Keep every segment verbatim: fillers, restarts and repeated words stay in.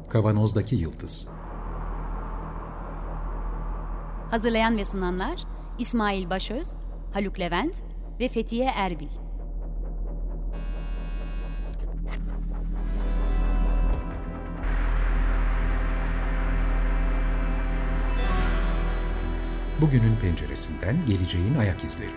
Kavanozdaki Yıldız. Hazırlayan ve sunanlar İsmail Başöz, Haluk Levent ve Fethiye Erbil. Bugünün penceresinden geleceğin ayak izleri.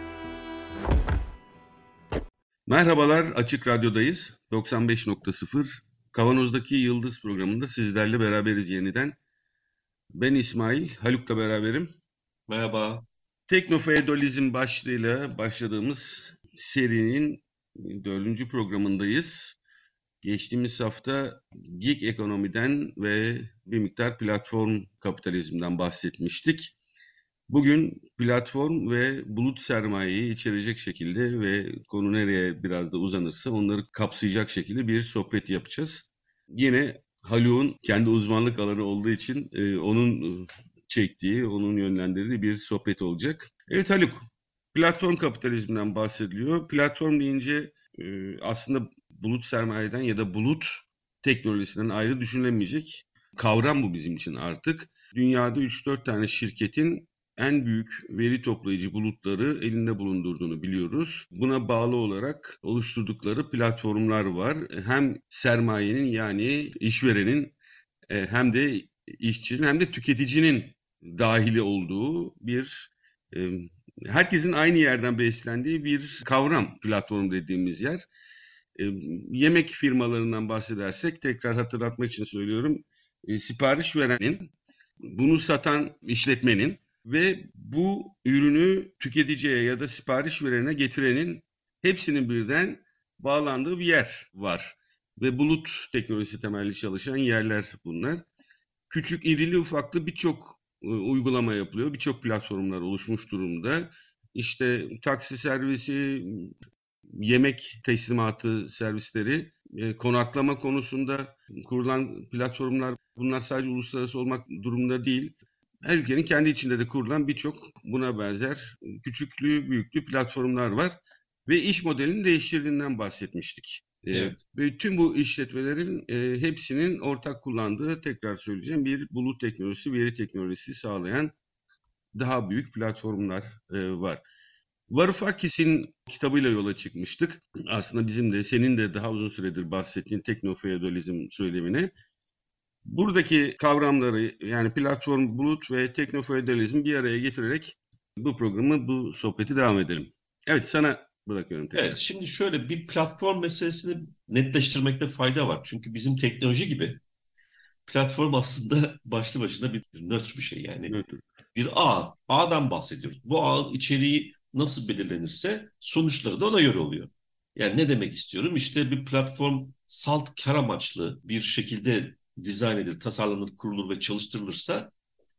Merhabalar, Açık Radyo'dayız. doksan beş nokta sıfır Kavanozdaki Yıldız programında sizlerle beraberiz yeniden. Ben İsmail, Haluk'la beraberim. Merhaba. Teknofeodalizm başlığıyla başladığımız serinin dördüncü programındayız. Geçtiğimiz hafta gig ekonomiden ve bir miktar platform kapitalizmden bahsetmiştik. Bugün platform ve bulut sermayeyi içerecek şekilde ve konu nereye biraz da uzanırsa onları kapsayacak şekilde bir sohbet yapacağız. Yine Haluk'un kendi uzmanlık alanı olduğu için e, onun çektiği, onun yönlendirdiği bir sohbet olacak. Evet Haluk, platform kapitalizminden bahsediliyor. Platform deyince e, aslında bulut sermayeden ya da bulut teknolojisinden ayrı düşünülemeyecek kavram bu bizim için artık. Dünyada üç dört tane şirketin en büyük veri toplayıcı bulutları elinde bulundurduğunu biliyoruz. Buna bağlı olarak oluşturdukları platformlar var. Hem sermayenin yani işverenin hem de işçinin hem de tüketicinin dahili olduğu bir, herkesin aynı yerden beslendiği bir kavram platform dediğimiz yer. Yemek firmalarından bahsedersek tekrar hatırlatmak için söylüyorum. Sipariş verenin, bunu satan işletmenin ve bu ürünü tüketiciye ya da sipariş verene getirenin hepsinin birden bağlandığı bir yer var. Ve bulut teknolojisi temelli çalışan yerler bunlar. Küçük, irili ufaklı birçok e, uygulama yapılıyor. Birçok platformlar oluşmuş durumda. İşte taksi servisi, yemek teslimatı servisleri, e, konaklama konusunda kurulan platformlar, bunlar sadece uluslararası olmak durumunda değil. Her ülkenin kendi içinde de kurulan birçok buna benzer küçüklüğü, büyüklüğü platformlar var. Ve iş modelini değiştirdiğinden bahsetmiştik. Evet. Ve tüm bu işletmelerin e, hepsinin ortak kullandığı, tekrar söyleyeceğim, bir bulut teknolojisi, veri teknolojisi sağlayan daha büyük platformlar e, var. Varoufakis'in kitabıyla yola çıkmıştık. Aslında bizim de, senin de daha uzun süredir bahsettiğin teknofeodalizm söylemine. Buradaki kavramları yani platform, bulut ve teknofeodalizm bir araya getirerek bu programı, bu sohbeti devam edelim. Evet, sana bırakıyorum tekrar. Evet, şimdi şöyle bir platform meselesini netleştirmekte fayda var. Çünkü bizim teknoloji gibi platform aslında başlı başına bir nötr bir şey. Yani Evet. bir ağ, ağdan bahsediyoruz. Bu ağın içeriği nasıl belirlenirse sonuçları da ona göre oluyor. Yani ne demek istiyorum? İşte bir platform salt kar amaçlı bir şekilde dizayn edilir, tasarlanır, kurulur ve çalıştırılırsa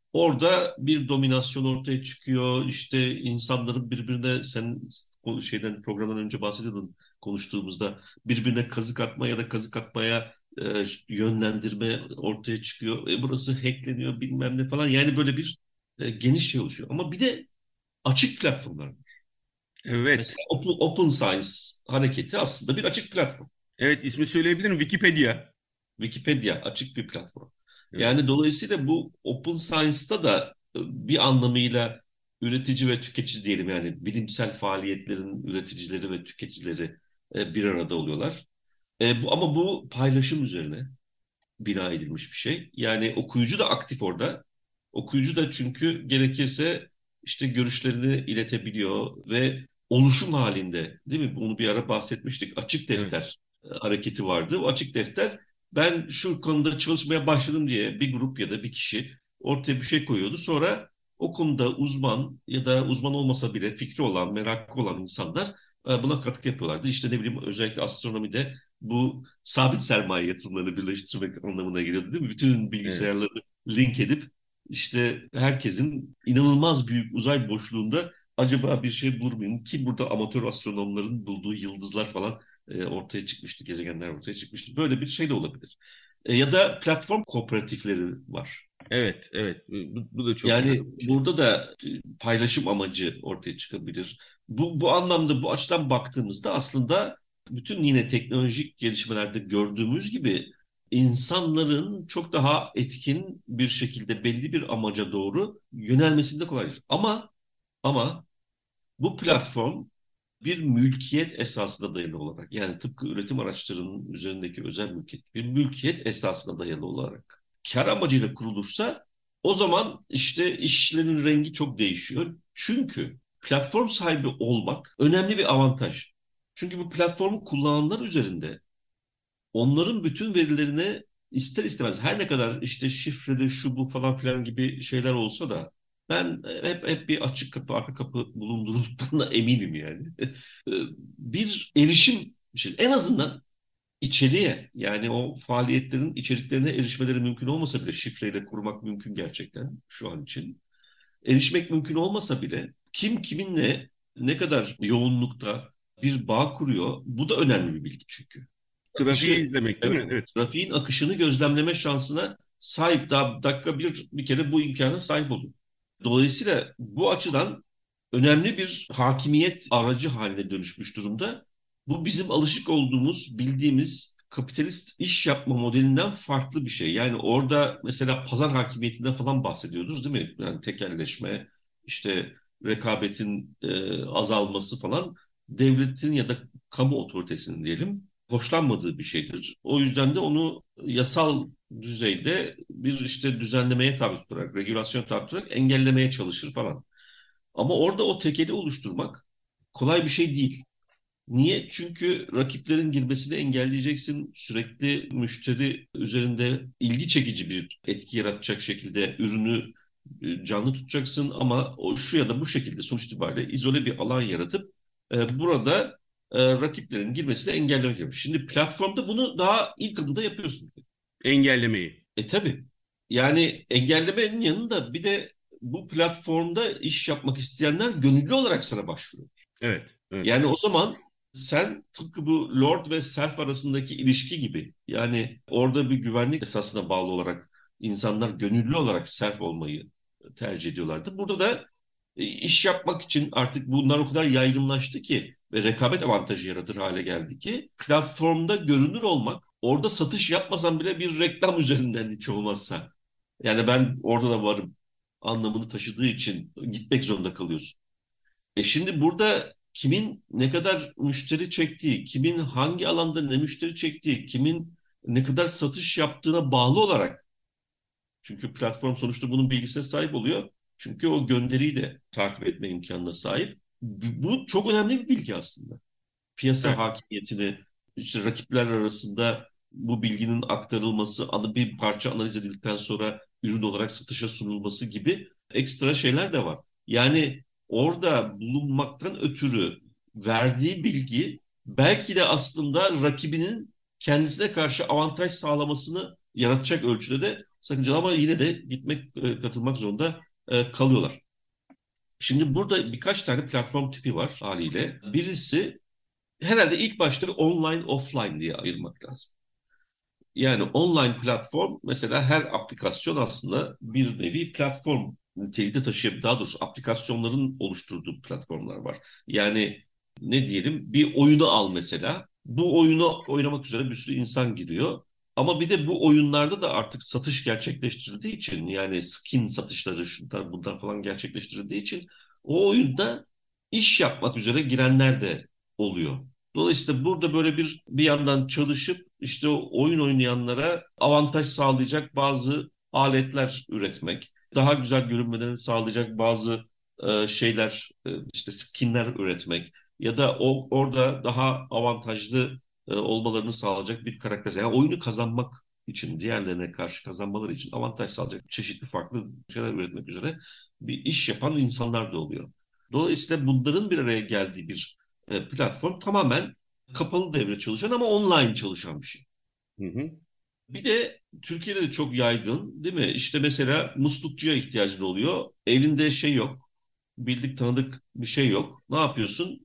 orada bir dominasyon ortaya çıkıyor. İşte insanların birbirine, sen şeyden programdan önce bahsediyordun konuştuğumuzda, birbirine kazık atma ya da kazık atmaya e, yönlendirme ortaya çıkıyor. E, burası hackleniyor bilmem ne falan. Yani böyle bir e, geniş şey oluşuyor. Ama bir de açık platformlar var. Evet. Mesela Open, Open Science hareketi aslında bir açık platform. Evet, ismi söyleyebilirim. Wikipedia. Wikipedia açık bir platform. Evet. Yani dolayısıyla bu Open Science'da da bir anlamıyla üretici ve tüketici diyelim, yani bilimsel faaliyetlerin üreticileri ve tüketicileri bir arada oluyorlar. E, bu, ama bu paylaşım üzerine bina edilmiş bir şey. Yani okuyucu da aktif orada. Okuyucu da çünkü gerekirse işte görüşlerini iletebiliyor ve oluşum halinde, değil mi? Bunu bir ara bahsetmiştik. Açık defter evet. hareketi vardı. O açık defter, ben şu konuda çalışmaya başladım diye bir grup ya da bir kişi ortaya bir şey koyuyordu. Sonra o konuda uzman ya da uzman olmasa bile fikri olan, merakı olan insanlar buna katkı yapıyorlardı. İşte ne bileyim, özellikle astronomide bu sabit sermaye yatırımlarını birleştirmek anlamına geliyordu, değil mi? Bütün bilgisayarları evet. link edip işte herkesin inanılmaz büyük uzay boşluğunda acaba bir şey bulur muyum? Ki burada amatör astronomların bulduğu yıldızlar falan e, ortaya çıkmıştı, gezegenler ortaya çıkmıştı. Böyle bir şey de olabilir. E, ya da platform kooperatifleri var. Evet, evet. Bu, bu da çok yani şey. Burada da paylaşım amacı ortaya çıkabilir. Bu, bu anlamda, bu açıdan baktığımızda aslında bütün yine teknolojik gelişmelerde gördüğümüz gibi insanların çok daha etkin bir şekilde belli bir amaca doğru yönelmesinde kolaydır. Ama ama bu platform bir mülkiyet esasına dayalı olarak, yani tıpkı üretim araçlarının üzerindeki özel mülkiyet, bir mülkiyet esasına dayalı olarak kar amacıyla kurulursa, o zaman işte işlerin rengi çok değişiyor. Çünkü platform sahibi olmak önemli bir avantaj. Çünkü bu platformu kullananlar üzerinde onların bütün verilerine ister istemez, her ne kadar işte şifreli şu bu falan filan gibi şeyler olsa da, ben hep hep bir açık kapı, arka kapı bulundurulduklarına eminim yani. Bir erişim, şey, en azından içeriye, yani o faaliyetlerin içeriklerine erişmeleri mümkün olmasa bile, şifreyle kurmak mümkün gerçekten şu an için. Erişmek mümkün olmasa bile kim kiminle ne kadar yoğunlukta bir bağ kuruyor, bu da önemli bir bilgi çünkü. Trafiği Akışı, izlemek değil evet, mi? Evet. trafiğin akışını gözlemleme şansına sahip, daha dakika bir bir kere bu imkana sahip oluyor. Dolayısıyla bu açıdan önemli bir hakimiyet aracı haline dönüşmüş durumda. Bu bizim alışık olduğumuz, bildiğimiz kapitalist iş yapma modelinden farklı bir şey. Yani orada mesela pazar hakimiyetinden falan bahsediyoruz değil mi? Yani tekelleşme, işte rekabetin e, azalması falan, devletin ya da kamu otoritesinin diyelim hoşlanmadığı bir şeydir. O yüzden de onu yasal düzeyde bir işte düzenlemeye tabi tutarak, regülasyon tabi tutarak engellemeye çalışır falan. Ama orada o tekeli oluşturmak kolay bir şey değil. Niye? Çünkü rakiplerin girmesini engelleyeceksin. Sürekli müşteri üzerinde ilgi çekici bir etki yaratacak şekilde ürünü e, canlı tutacaksın, ama o şu ya da bu şekilde sonuç itibariyle izole bir alan yaratıp e, burada e, rakiplerin girmesini engellemek gerekiyor. Şimdi platformda bunu daha ilk adımda yapıyorsun. Engellemeyi. E tabii. Yani engellemenin yanında bir de bu platformda iş yapmak isteyenler gönüllü olarak sana başvuruyor. Evet. Evet. Yani o zaman sen tıpkı bu Lord ve Self arasındaki ilişki gibi, yani orada bir güvenlik esasına bağlı olarak insanlar gönüllü olarak Self olmayı tercih ediyorlardı. Burada da e, iş yapmak için artık bunlar o kadar yaygınlaştı ki ve rekabet avantajı yaratır hale geldi ki, platformda görünür olmak, orada satış yapmasan bile bir reklam üzerinden hiç olmazsa, yani ben orada da varım anlamını taşıdığı için gitmek zorunda kalıyorsun. E şimdi burada kimin ne kadar müşteri çektiği, kimin hangi alanda ne müşteri çektiği, kimin ne kadar satış yaptığına bağlı olarak, çünkü platform sonuçta bunun bilgisine sahip oluyor. Çünkü o gönderiyi de takip etme imkanına sahip. Bu çok önemli bir bilgi aslında. Piyasa Evet. hakimiyetini, işte rakipler arasında bu bilginin aktarılması, adı bir parça analiz edildikten sonra ürün olarak satışa sunulması gibi ekstra şeyler de var. Yani orada bulunmaktan ötürü verdiği bilgi belki de aslında rakibinin kendisine karşı avantaj sağlamasını yaratacak ölçüde de sakıncalı, ama yine de gitmek, e, katılmak zorunda e, kalıyorlar. Şimdi burada birkaç tane platform tipi var haliyle. Birisi, herhalde ilk başta bir online offline diye ayırmak lazım. Yani online platform, mesela her aplikasyon aslında bir nevi platform niteliği taşıyabilir. Daha doğrusu aplikasyonların oluşturduğu platformlar var. Yani ne diyelim, bir oyunu al mesela. Bu oyunu oynamak üzere bir sürü insan giriyor. Ama bir de bu oyunlarda da artık satış gerçekleştirildiği için, yani skin satışları şunlar bunlar falan gerçekleştirildiği için, o oyunda iş yapmak üzere girenler de oluyor. Dolayısıyla burada böyle bir bir yandan çalışıp işte o oyun oynayanlara avantaj sağlayacak bazı aletler üretmek, daha güzel görünmelerini sağlayacak bazı e, şeyler, e, işte skinler üretmek ya da o orada daha avantajlı e, olmalarını sağlayacak bir karakter. Yani oyunu kazanmak için, diğerlerine karşı kazanmaları için avantaj sağlayacak çeşitli farklı şeyler üretmek üzere bir iş yapan insanlar da oluyor. Dolayısıyla bunların bir araya geldiği bir e, platform tamamen kapalı devre çalışan ama online çalışan bir şey. Hı hı. Bir de Türkiye'de de çok yaygın değil mi? İşte mesela muslukçuya ihtiyacın oluyor. Elinde şey yok. Bildik tanıdık bir şey yok. Ne yapıyorsun?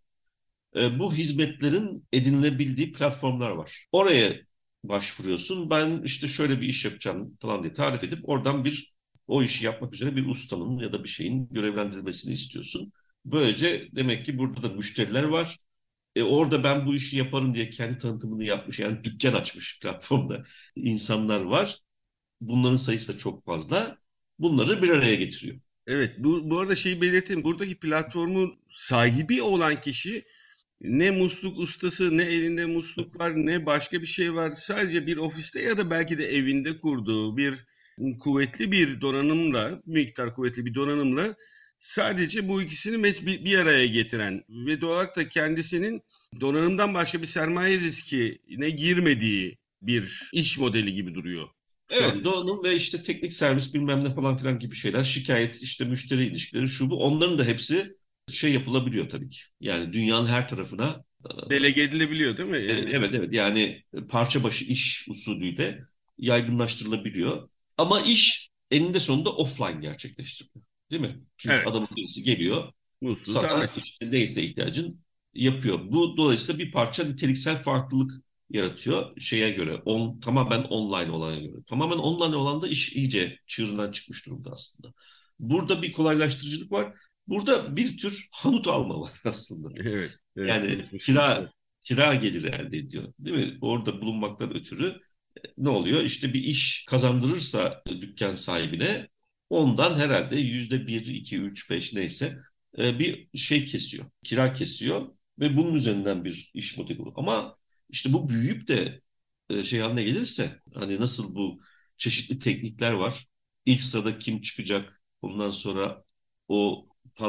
E, bu hizmetlerin edinilebildiği platformlar var. Oraya başvuruyorsun. Ben işte şöyle bir iş yapacağım falan diye tarif edip oradan bir o işi yapmak üzere bir ustanın ya da bir şeyin görevlendirilmesini istiyorsun. Böylece demek ki burada da müşteriler var. E, orada ben bu işi yaparım diye kendi tanıtımını yapmış. Yani dükkan açmış platformda insanlar var. Bunların sayısı da çok fazla. Bunları bir araya getiriyor. Evet, bu, bu arada şeyi belirteyim. Buradaki platformun sahibi olan kişi ne musluk ustası, ne elinde musluk var, ne başka bir şey var. Sadece bir ofiste ya da belki de evinde kurduğu bir kuvvetli bir donanımla, bir miktar kuvvetli bir donanımla sadece bu ikisini met- bir, bir araya getiren ve doğal olarak da kendisinin donanımdan başka bir sermaye riskine girmediği bir iş modeli gibi duruyor şu Evet, an. donanım ve işte teknik servis bilmem ne falan filan gibi şeyler, şikayet, işte müşteri ilişkileri, şu bu, onların da hepsi şey yapılabiliyor tabii ki. Yani dünyanın her tarafına Delege edilebiliyor değil mi? e, Yani evet evet, yani parça başı iş usulüyle yaygınlaştırılabiliyor. Ama iş eninde sonunda offline gerçekleştiriliyor. Değil mi? Çünkü evet, adamın birisi geliyor, musluğu sana tamir et. işte neyse ihtiyacın yapıyor. Bu dolayısıyla bir parça niteliksel farklılık yaratıyor şeye göre. On, tamamen online olana göre. Tamamen online olan da iş iyice çığırından çıkmış durumda aslında. Burada bir kolaylaştırıcılık var. Burada bir tür hanut alma var aslında. Evet, evet Yani konuşmuştuk. kira Evet. kira geliri elde ediyor. Değil mi? Orada bulunmaktan ötürü ne oluyor? İşte bir iş kazandırırsa dükkan sahibine, ondan herhalde yüzde bir, iki, üç, beş neyse e, bir şey kesiyor. Kira kesiyor ve bunun üzerinden bir iş modeli bu. Ama işte bu büyüyüp de e, şey haline gelirse, hani nasıl bu çeşitli teknikler var. İlk sırada kim çıkacak? Ondan sonra o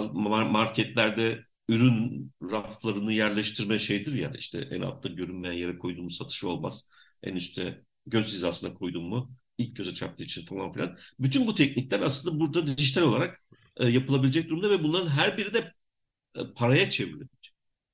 marketlerde ürün raflarını yerleştirme şeydir ya, işte en altta görünmeyen yere koyduğumuz satışı olmaz. En üstte göz hizasına koydun mu ilk göze çarptığı için falan filan. Bütün bu teknikler aslında burada dijital olarak e, yapılabilecek durumda ve bunların her biri de e, paraya çevrilecek.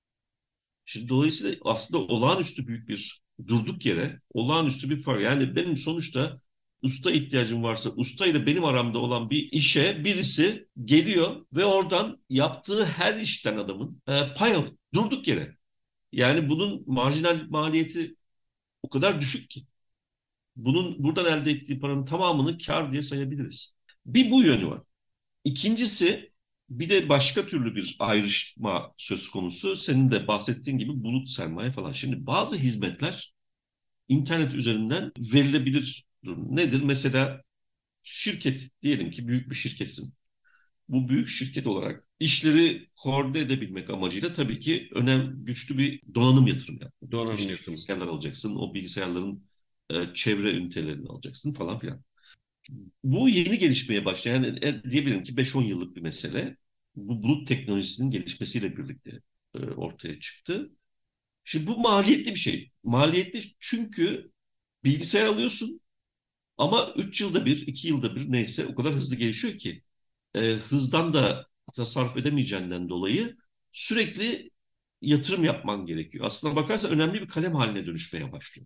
Şimdi dolayısıyla aslında olağanüstü büyük bir, durduk yere olağanüstü bir fark. Yani benim sonuçta usta ihtiyacım varsa, usta ile benim aramda olan bir işe birisi geliyor ve oradan yaptığı her işten adamın e, pay alıyor. Durduk yere. Yani bunun marjinal maliyeti o kadar düşük ki. Bunun buradan elde ettiği paranın tamamını kar diye sayabiliriz. Bir bu yönü var. İkincisi, bir de başka türlü bir ayrışma söz konusu. Senin de bahsettiğin gibi bulut sermaye falan. Şimdi bazı hizmetler internet üzerinden verilebilir durum. Nedir? Mesela şirket, diyelim ki büyük bir şirketsin. Bu büyük şirket olarak işleri koordine edebilmek amacıyla tabii ki önemli, güçlü bir donanım yatırım yapmak gerekiyor. Donanım İşte yatırımı. bilgisayarlar alacaksın, o bilgisayarların e, çevre ünitelerini alacaksın falan filan. Bu yeni gelişmeye başlayan, yani e, diyebilirim ki beş on yıllık bir mesele. Bu bulut teknolojisinin gelişmesiyle birlikte e, ortaya çıktı. Şimdi bu maliyetli bir şey. Maliyetli çünkü bilgisayar alıyorsun ama üç yılda bir, iki yılda bir neyse o kadar hızlı gelişiyor ki e, hızdan da tasarruf edemeyeceğinden dolayı sürekli yatırım yapman gerekiyor. Aslına bakarsan önemli bir kalem haline dönüşmeye başlıyor.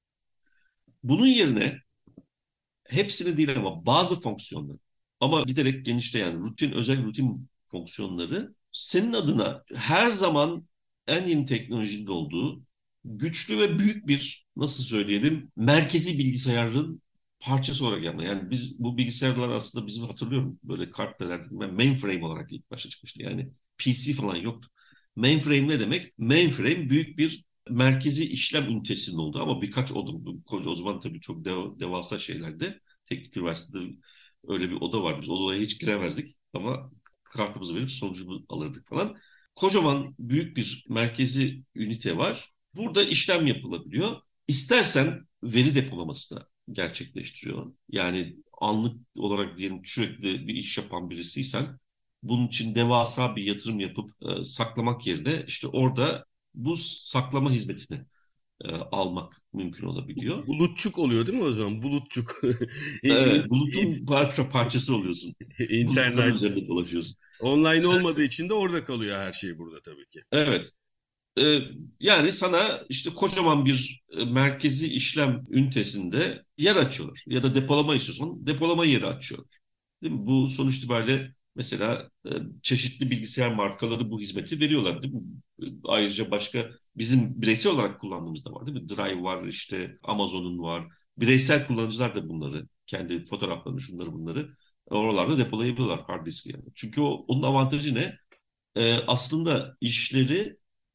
Bunun yerine hepsini değil ama bazı fonksiyonları, ama giderek genişleyen rutin, özel rutin fonksiyonları senin adına her zaman en yeni teknolojinin olduğu güçlü ve büyük bir, nasıl söyleyelim, merkezi bilgisayarın parçası olarak yapma. Yani biz bu bilgisayarlar aslında, bizim hatırlıyorum böyle kartlar, mainframe olarak ilk başta çıkmıştı. Yani P C falan yoktu. Mainframe ne demek? Mainframe büyük bir merkezi işlem ünitesinin olduğu, ama birkaç oda, o zaman tabii çok dev, devasa şeylerdi. Teknik üniversitede öyle bir oda vardı. Biz odaya hiç giremezdik ama kartımızı verip sonucunu alırdık falan. Kocaman büyük bir merkezi ünite var. Burada işlem yapılabiliyor. İstersen veri depolaması da gerçekleştiriyor. Yani anlık olarak diyelim sürekli bir iş yapan birisiysen, bunun için devasa bir yatırım yapıp e, saklamak yerine işte orada bu saklama hizmetini e, almak mümkün olabiliyor. Bulutçuk oluyor değil mi o zaman? Bulutçuk. Evet, bulutun parça parçası oluyorsun. Bulutların İnternet üzerinde dolaşıyorsun. online olmadığı için de orada kalıyor her şey burada tabii ki. Evet. Ee, yani sana işte kocaman bir e, merkezi işlem ünitesinde yer açıyorlar. Ya da depolama istiyorsan depolama yeri açıyorlar. Değil mi? Bu sonuç itibariyle mesela e, çeşitli bilgisayar markaları bu hizmeti veriyorlar, değil mi? E, Ayrıca başka bizim bireysel olarak kullandığımız da var, değil mi? Drive var, işte Amazon'un var. Bireysel kullanıcılar da bunları, kendi fotoğraflarını, şunları bunları oralarda depolayabiliyorlar hard disk yani. Çünkü o, onun avantajı ne? E, aslında işleri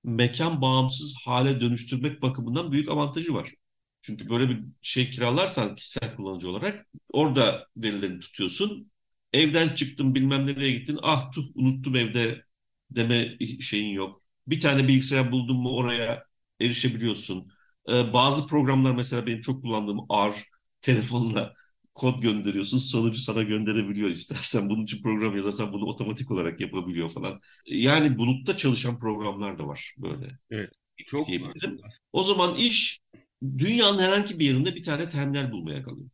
mekan bağımsız hale dönüştürmek bakımından büyük avantajı var. Çünkü böyle bir şey kiralarsan kişisel kullanıcı olarak orada verilerini tutuyorsun. Evden çıktım bilmem nereye gittin. Ah tuh unuttum evde deme şeyin yok. Bir tane bilgisayar buldun mu oraya erişebiliyorsun. Ee, bazı programlar mesela benim çok kullandığım R telefonla kod gönderiyorsun. Sonucu sana gönderebiliyor istersen. Bunun için program yazarsan bunu otomatik olarak yapabiliyor falan. Yani bulutta çalışan programlar da var böyle Evet. Çok var. diyebilirim. O zaman iş dünyanın herhangi bir yerinde bir tane terminal bulmaya kalıyor.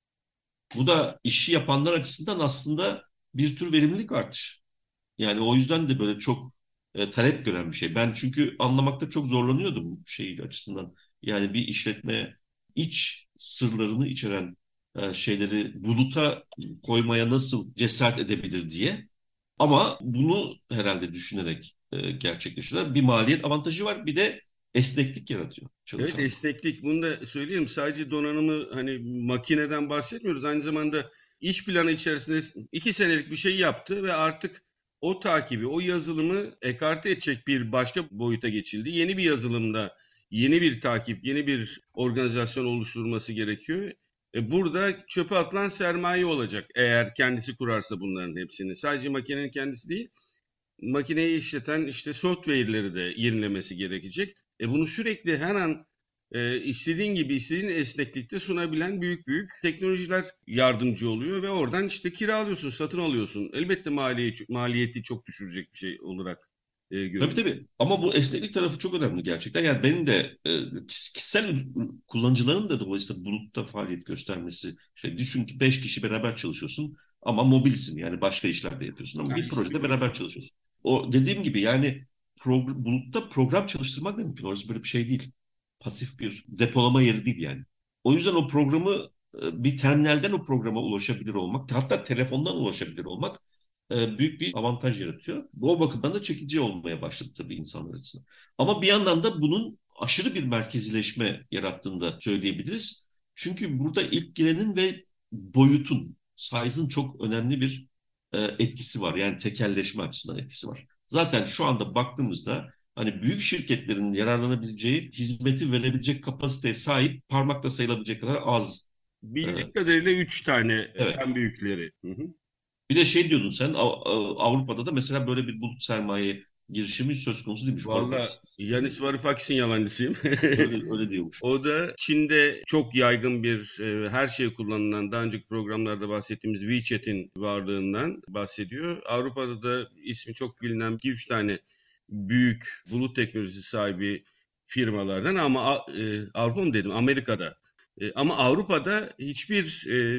Bu da işi yapanlar açısından aslında bir tür verimlilik artışı. Yani o yüzden de böyle çok e, talep gören bir şey. Ben çünkü anlamakta çok zorlanıyordum bu şey açısından. Yani bir işletme iç sırlarını içeren e, şeyleri buluta koymaya nasıl cesaret edebilir diye. Ama bunu herhalde düşünerek e, gerçekleştiriyorlar. Bir maliyet avantajı var, bir de esneklik yaratıyor Evet, çalışanlar. esneklik. Bunu da söyleyeyim. Sadece donanımı hani makineden bahsetmiyoruz. Aynı zamanda iş planı içerisinde iki senelik bir şey yaptı ve artık o takibi, o yazılımı ekarte edecek bir başka boyuta geçildi. Yeni bir yazılımda yeni bir takip, yeni bir organizasyon oluşturulması gerekiyor. E burada çöpe atılan sermaye olacak eğer kendisi kurarsa bunların hepsini. Sadece makinenin kendisi değil, makineyi işleten işte software'leri de yenilemesi gerekecek. E bunu sürekli her an e, istediğin gibi istediğin esneklikte sunabilen büyük büyük teknolojiler yardımcı oluyor ve oradan işte kiralıyorsun, satın alıyorsun. Elbette maliye, maliyeti çok düşürecek bir şey olarak e, Tabii görünüyor. tabii. Ama bu esneklik tarafı çok önemli gerçekten. Yani benim de e, kis- kişisel kullanıcıların da dolayısıyla bulutta faaliyet göstermesi. İşte düşün ki beş kişi beraber çalışıyorsun ama mobilsin. Yani başka işler de yapıyorsun ama Yani bir işte bir projede proje. beraber çalışıyorsun. O dediğim gibi yani progr- bulutta program çalıştırmak da mümkün. Orası böyle bir şey değil. Pasif bir depolama yeri değil yani. O yüzden o programı e, bir terminalden o programa ulaşabilir olmak, hatta telefondan ulaşabilir olmak e, büyük bir avantaj yaratıyor. Bu o bakımdan da çekici olmaya başladı tabii insanlar açısından. Ama bir yandan da bunun aşırı bir merkezileşme yarattığını da söyleyebiliriz. Çünkü burada ilk girenin ve boyutun, size'ın çok önemli bir e, etkisi var. Yani tekelleşme açısından etkisi var. Zaten şu anda baktığımızda hani büyük şirketlerin yararlanabileceği, hizmeti verebilecek kapasiteye sahip parmakla sayılabilecek kadar az. E, Bildiğim kadarıyla üç tane e, evet. en büyükleri. Hı hı. Bir de şey diyordun sen Av- Av- Avrupa'da da mesela böyle bir bulut sermaye girişimi söz konusu değilmiş. Valla Varoufakis. Yanis Varoufakis'in yalancısıyım. Öyle, öyle diyormuş. O da Çin'de çok yaygın bir e, her şeye kullanılan daha önceki programlarda bahsettiğimiz WeChat'in varlığından bahsediyor. Avrupa'da da ismi çok bilinen iki üç tane büyük bulut teknolojisi sahibi firmalardan ama e, Avrupa mı dedim Amerika'da. E, ama Avrupa'da hiçbir e,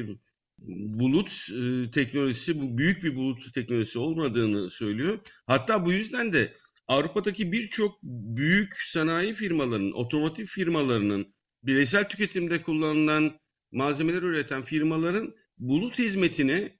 bulut e, teknolojisi, bu büyük bir bulut teknolojisi olmadığını söylüyor. Hatta bu yüzden de Avrupa'daki birçok büyük sanayi firmalarının, otomotiv firmalarının, bireysel tüketimde kullanılan malzemeler üreten firmaların bulut hizmetini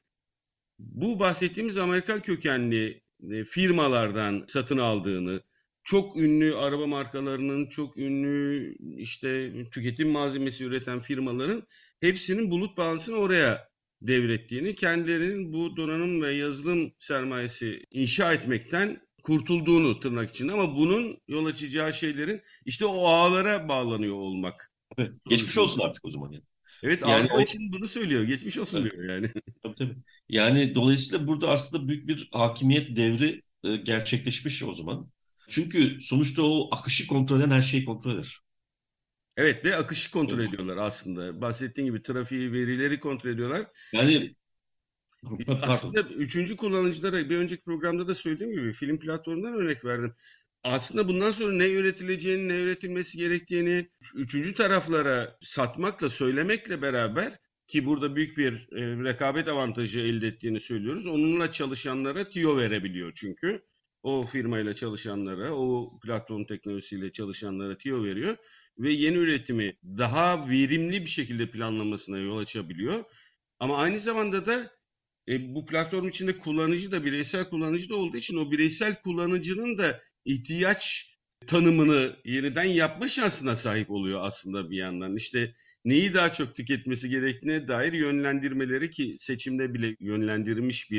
bu bahsettiğimiz Amerikan kökenli e, firmalardan satın aldığını, çok ünlü araba markalarının, çok ünlü işte tüketim malzemesi üreten firmaların hepsinin bulut bağlantısını oraya devrettiğini, kendilerinin bu donanım ve yazılım sermayesi inşa etmekten kurtulduğunu tırnak içinde ama bunun yol açacağı şeylerin işte o ağlara bağlanıyor olmak Evet. Geçmiş sonucunda. olsun artık o zaman yani. Evet, Yani Avrupa o için bunu söylüyor. Geçmiş olsun evet, diyor yani. tabii tabii. Yani dolayısıyla burada aslında büyük bir hakimiyet devri e, gerçekleşmiş o zaman. Çünkü sonuçta o akışı kontrol eden her şeyi kontrol eder. Evet ve akışı kontrol Evet. ediyorlar aslında. Bahsettiğin gibi trafiği, verileri kontrol ediyorlar. İşte Yani pardon. aslında üçüncü kullanıcılara bir önceki programda da söylediğim gibi film platformundan örnek verdim. Aslında bundan sonra ne üretileceğini, ne üretilmesi gerektiğini üçüncü taraflara satmakla, söylemekle beraber ki burada büyük bir e, rekabet avantajı elde ettiğini söylüyoruz. Onunla çalışanlara tiyo verebiliyor çünkü. O firmayla çalışanlara, o platform teknolojisiyle çalışanlara tiyo veriyor ve yeni üretimi daha verimli bir şekilde planlamasına yol açabiliyor. Ama aynı zamanda da e, bu platform içinde kullanıcı da bireysel kullanıcı da olduğu için o bireysel kullanıcının da ihtiyaç tanımını yeniden yapma şansına sahip oluyor aslında bir yandan. İşte neyi daha çok tüketmesi gerektiğine dair yönlendirmeleri ki seçimde bile yönlendirilmiş bir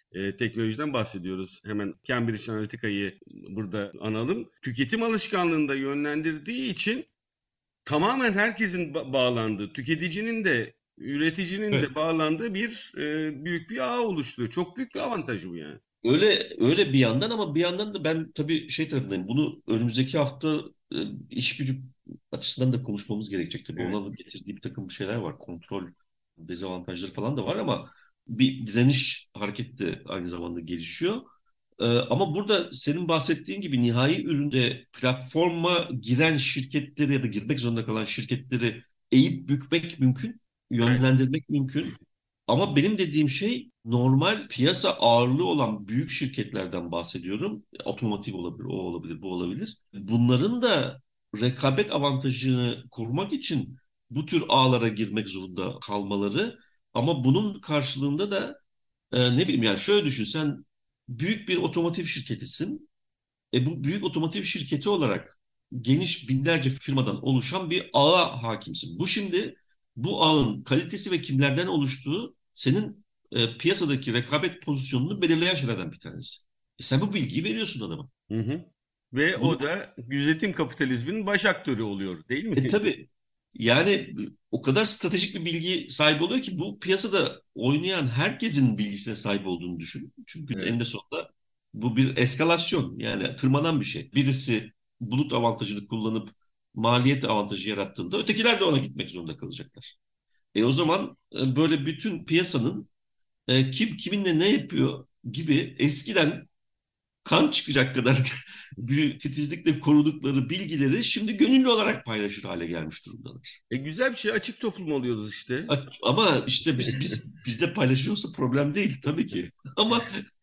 e, teknolojiden bahsediyoruz. Hemen Cambridge Analytica'yı burada analım. Tüketim alışkanlığında yönlendirdiği için tamamen herkesin ba- bağlandığı, tüketicinin de üreticinin Evet. de bağlandığı bir e, büyük bir ağ oluşturuyor. Çok büyük bir avantaj bu yani. Öyle öyle bir yandan ama bir yandan da ben tabii şey tarafındayım. Bunu önümüzdeki hafta e, iş gücü açısından da konuşmamız gerekecek tabii. Evet. Onun getirdiği bir takım şeyler var. Kontrol dezavantajları falan da var ama bir direniş hareketi de aynı zamanda gelişiyor. E, ama burada senin bahsettiğin gibi nihai üründe platforma giren şirketleri ya da girmek zorunda kalan şirketleri eğip bükmek mümkün, Evet. yönlendirmek mümkün. Ama benim dediğim şey normal piyasa ağırlığı olan büyük şirketlerden bahsediyorum. Otomotiv olabilir, o olabilir, bu olabilir. Bunların da rekabet avantajını korumak için bu tür ağlara girmek zorunda kalmaları. Ama bunun karşılığında da e, ne bileyim yani şöyle düşün, sen büyük bir otomotiv şirketisin. E bu büyük otomotiv şirketi olarak geniş binlerce firmadan oluşan bir ağa hakimsin. Bu şimdi bu ağın kalitesi ve kimlerden oluştuğu senin e, piyasadaki rekabet pozisyonunu belirleyen şeylerden bir tanesi. E sen bu bilgiyi veriyorsun adama. Hı hı. Ve Bunu o da gözetim kapitalizminin baş aktörü oluyor, değil e mi? tabii yani o kadar stratejik bir bilgi sahibi oluyor ki bu piyasada oynayan herkesin bilgisine sahip olduğunu düşün. Çünkü Evet. eninde sonunda bu bir eskalasyon, yani tırmanan bir şey. Birisi bulut avantajını kullanıp maliyet avantajı yarattığında ötekiler de ona gitmek zorunda kalacaklar. E o zaman e, böyle bütün piyasanın e, kim kiminle ne yapıyor gibi eskiden kan çıkacak kadar bir titizlikle korudukları bilgileri şimdi gönüllü olarak paylaşır hale gelmiş durumdalar. E güzel bir şey, açık toplum oluyoruz işte. Ama işte biz biz bizde paylaşıyorsa problem değil tabii ki. Ama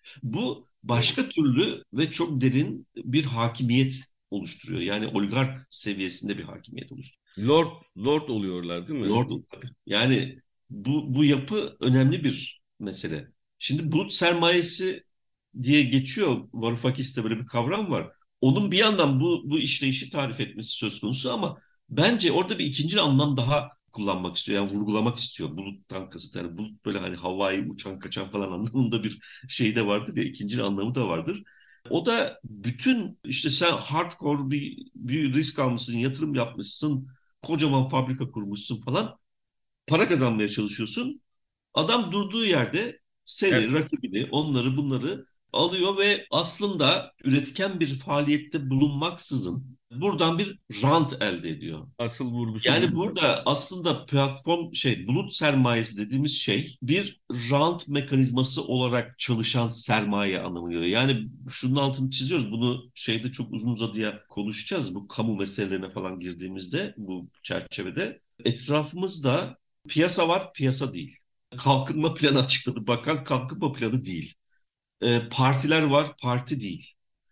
bu başka türlü ve çok derin bir hakimiyet oluşturuyor. Yani oligark seviyesinde bir hakimiyet oluşturuyor. Lord Lord oluyorlar, değil mi? Lord tabii. Yani bu bu yapı önemli bir mesele. Şimdi bulut sermayesi diye geçiyor. Varoufakis'te böyle bir kavram var. Onun bir yandan bu, bu işleyişi tarif etmesi söz konusu ama bence orada bir ikinci anlam daha kullanmak istiyor. Yani vurgulamak istiyor. Buluttan kasıt. Yani bulut böyle hani havai uçan kaçan falan anlamında bir şey de vardır ya. İkinci anlamı da vardır. O da bütün işte sen hardcore bir, bir risk almışsın, yatırım yapmışsın, kocaman fabrika kurmuşsun falan. Para kazanmaya çalışıyorsun. Adam durduğu yerde Evet. seni, rakibini, onları bunları alıyor ve aslında üretken bir faaliyette bulunmaksızın buradan bir rant elde ediyor. Asıl vurgusu bu. Yani burada aslında platform şey bulut sermayesi dediğimiz şey bir rant mekanizması olarak çalışan sermaye anlamına geliyor. Yani şunun altını çiziyoruz. Bunu şeyde çok uzun uzadıya konuşacağız. Bu kamu meselelerine falan girdiğimizde bu çerçevede etrafımızda piyasa var, piyasa değil. Kalkınma planı açıkladı. Bakan kalkınma planı değil. E, partiler var, parti değil.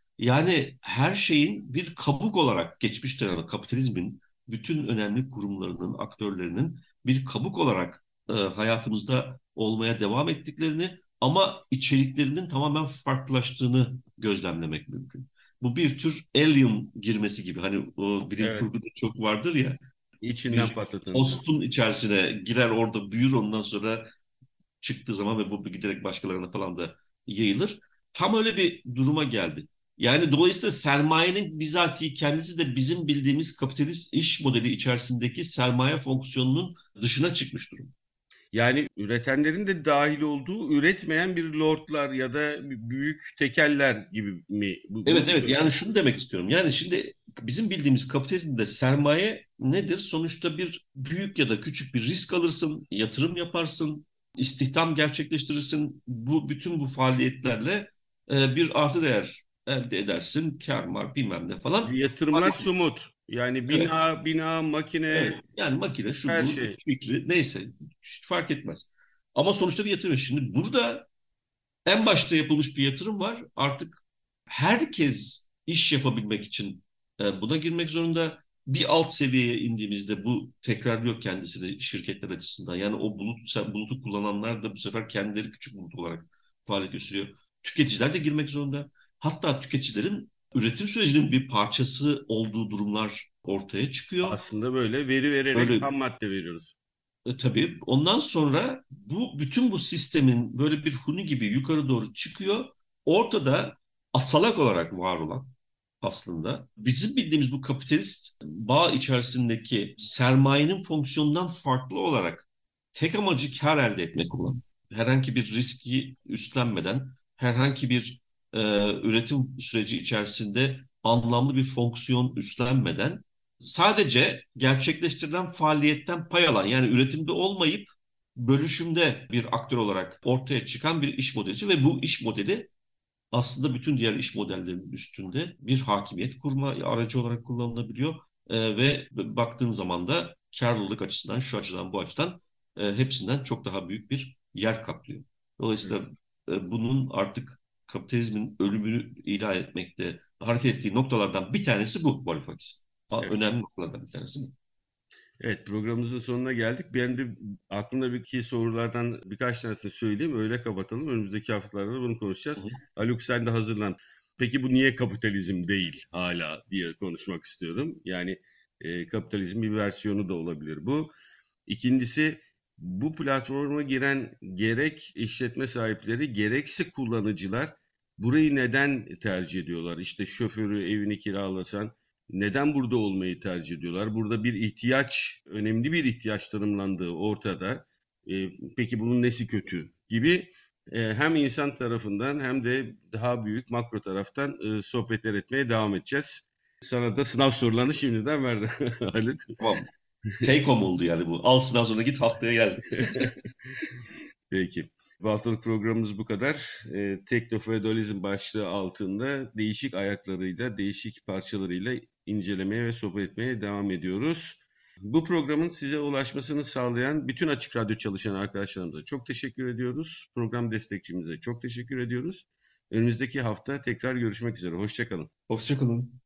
Yani her şeyin bir kabuk olarak geçmiş dönemde kapitalizmin bütün önemli kurumlarının, aktörlerinin bir kabuk olarak e, hayatımızda olmaya devam ettiklerini ama içeriklerinin tamamen farklılaştığını gözlemlemek mümkün. Bu bir tür alien girmesi gibi. Hani o bilim Evet. kurguda çok vardır ya, İçinden bir patlatın. postun içerisine girer, orada büyür, ondan sonra çıktığı zaman ve bu giderek başkalarına falan da yayılır. Tam öyle bir duruma geldi. Yani dolayısıyla sermayenin bizatihi kendisi de bizim bildiğimiz kapitalist iş modeli içerisindeki sermaye fonksiyonunun dışına çıkmış durum. Yani üretenlerin de dahil olduğu üretmeyen bir lordlar ya da büyük tekeller gibi mi? Bu, Evet bunu evet, söylüyorum. yani şunu demek istiyorum. Yani şimdi bizim bildiğimiz kapitalizmde sermaye nedir? Sonuçta bir büyük ya da küçük bir risk alırsın, yatırım yaparsın, istihdam gerçekleştirirsin. Bu bütün bu faaliyetlerle e, bir artı değer elde edersin. Kar var bilmem ne falan. Yatırımlar somut. Yani Evet, bina, bina, makine, evet. Yani makine şu her bu şey. fikri neyse hiç fark etmez. Ama sonuçta bir yatırım. Şimdi burada en başta yapılmış bir yatırım var. Artık herkes iş yapabilmek için e, buna girmek zorunda. Bir alt seviyeye indiğimizde bu tekrarlıyor kendisi de şirketler açısından. Yani o bulut, bulutu kullananlar da bu sefer kendileri küçük bulut olarak faaliyet gösteriyor. Tüketiciler de girmek zorunda. Hatta tüketicilerin üretim sürecinin bir parçası olduğu durumlar ortaya çıkıyor. Aslında böyle veri vererek Böyle ham madde veriyoruz. E, tabii ondan sonra bu bütün bu sistemin böyle bir huni gibi yukarı doğru çıkıyor. Ortada asalak olarak var olan aslında bizim bildiğimiz bu kapitalist bağ içerisindeki sermayenin fonksiyonundan farklı olarak tek amacı kar elde etmek olan, herhangi bir riski üstlenmeden, herhangi bir e, üretim süreci içerisinde anlamlı bir fonksiyon üstlenmeden sadece gerçekleştirilen faaliyetten pay alan, yani üretimde olmayıp bölüşümde bir aktör olarak ortaya çıkan bir iş modeli ve bu iş modeli aslında bütün diğer iş modellerinin üstünde bir hakimiyet kurma aracı olarak kullanılabiliyor. Ee, ve baktığın zaman da karlılık açısından, şu açıdan, bu açıdan e, hepsinden çok daha büyük bir yer kaplıyor. Dolayısıyla e, bunun artık kapitalizmin ölümünü ilan etmekte hareket ettiği noktalardan bir tanesi bu Varoufakis. Evet. Önemli noktalardan bir tanesi bu. Evet, programımızın sonuna geldik. Ben bir aklımda bir iki sorulardan birkaç tanesini söyleyeyim. Öyle kapatalım. Önümüzdeki haftalarda bunu konuşacağız. Hı hı. Haluk, sen de hazırlan. Peki bu niye kapitalizm değil hala diye konuşmak istiyorum. Yani e, kapitalizm bir versiyonu da olabilir bu. İkincisi, bu platforma giren gerek işletme sahipleri gerekse kullanıcılar burayı neden tercih ediyorlar? İşte şoförü, evini kiralasan neden burada olmayı tercih ediyorlar? Burada bir ihtiyaç, önemli bir ihtiyaç tanımlandığı ortada. E, peki bunun nesi kötü gibi e, hem insan tarafından hem de daha büyük makro taraftan e, sohbetler etmeye devam edeceğiz. Sana da sınav sorularını şimdiden verdim Haluk. Tamam. Take home oldu yani bu. Al sınav sonra git, haftaya gel. Peki. Bu haftalık programımız bu kadar. E, Teknofeodalizm başlığı altında değişik ayaklarıyla, değişik parçalarıyla incelemeye ve sohbet etmeye devam ediyoruz. Bu programın size ulaşmasını sağlayan bütün Açık Radyo çalışan arkadaşlarımıza çok teşekkür ediyoruz. Program destekçimize çok teşekkür ediyoruz. Önümüzdeki hafta tekrar görüşmek üzere. Hoşça kalın. Hoşça kalın.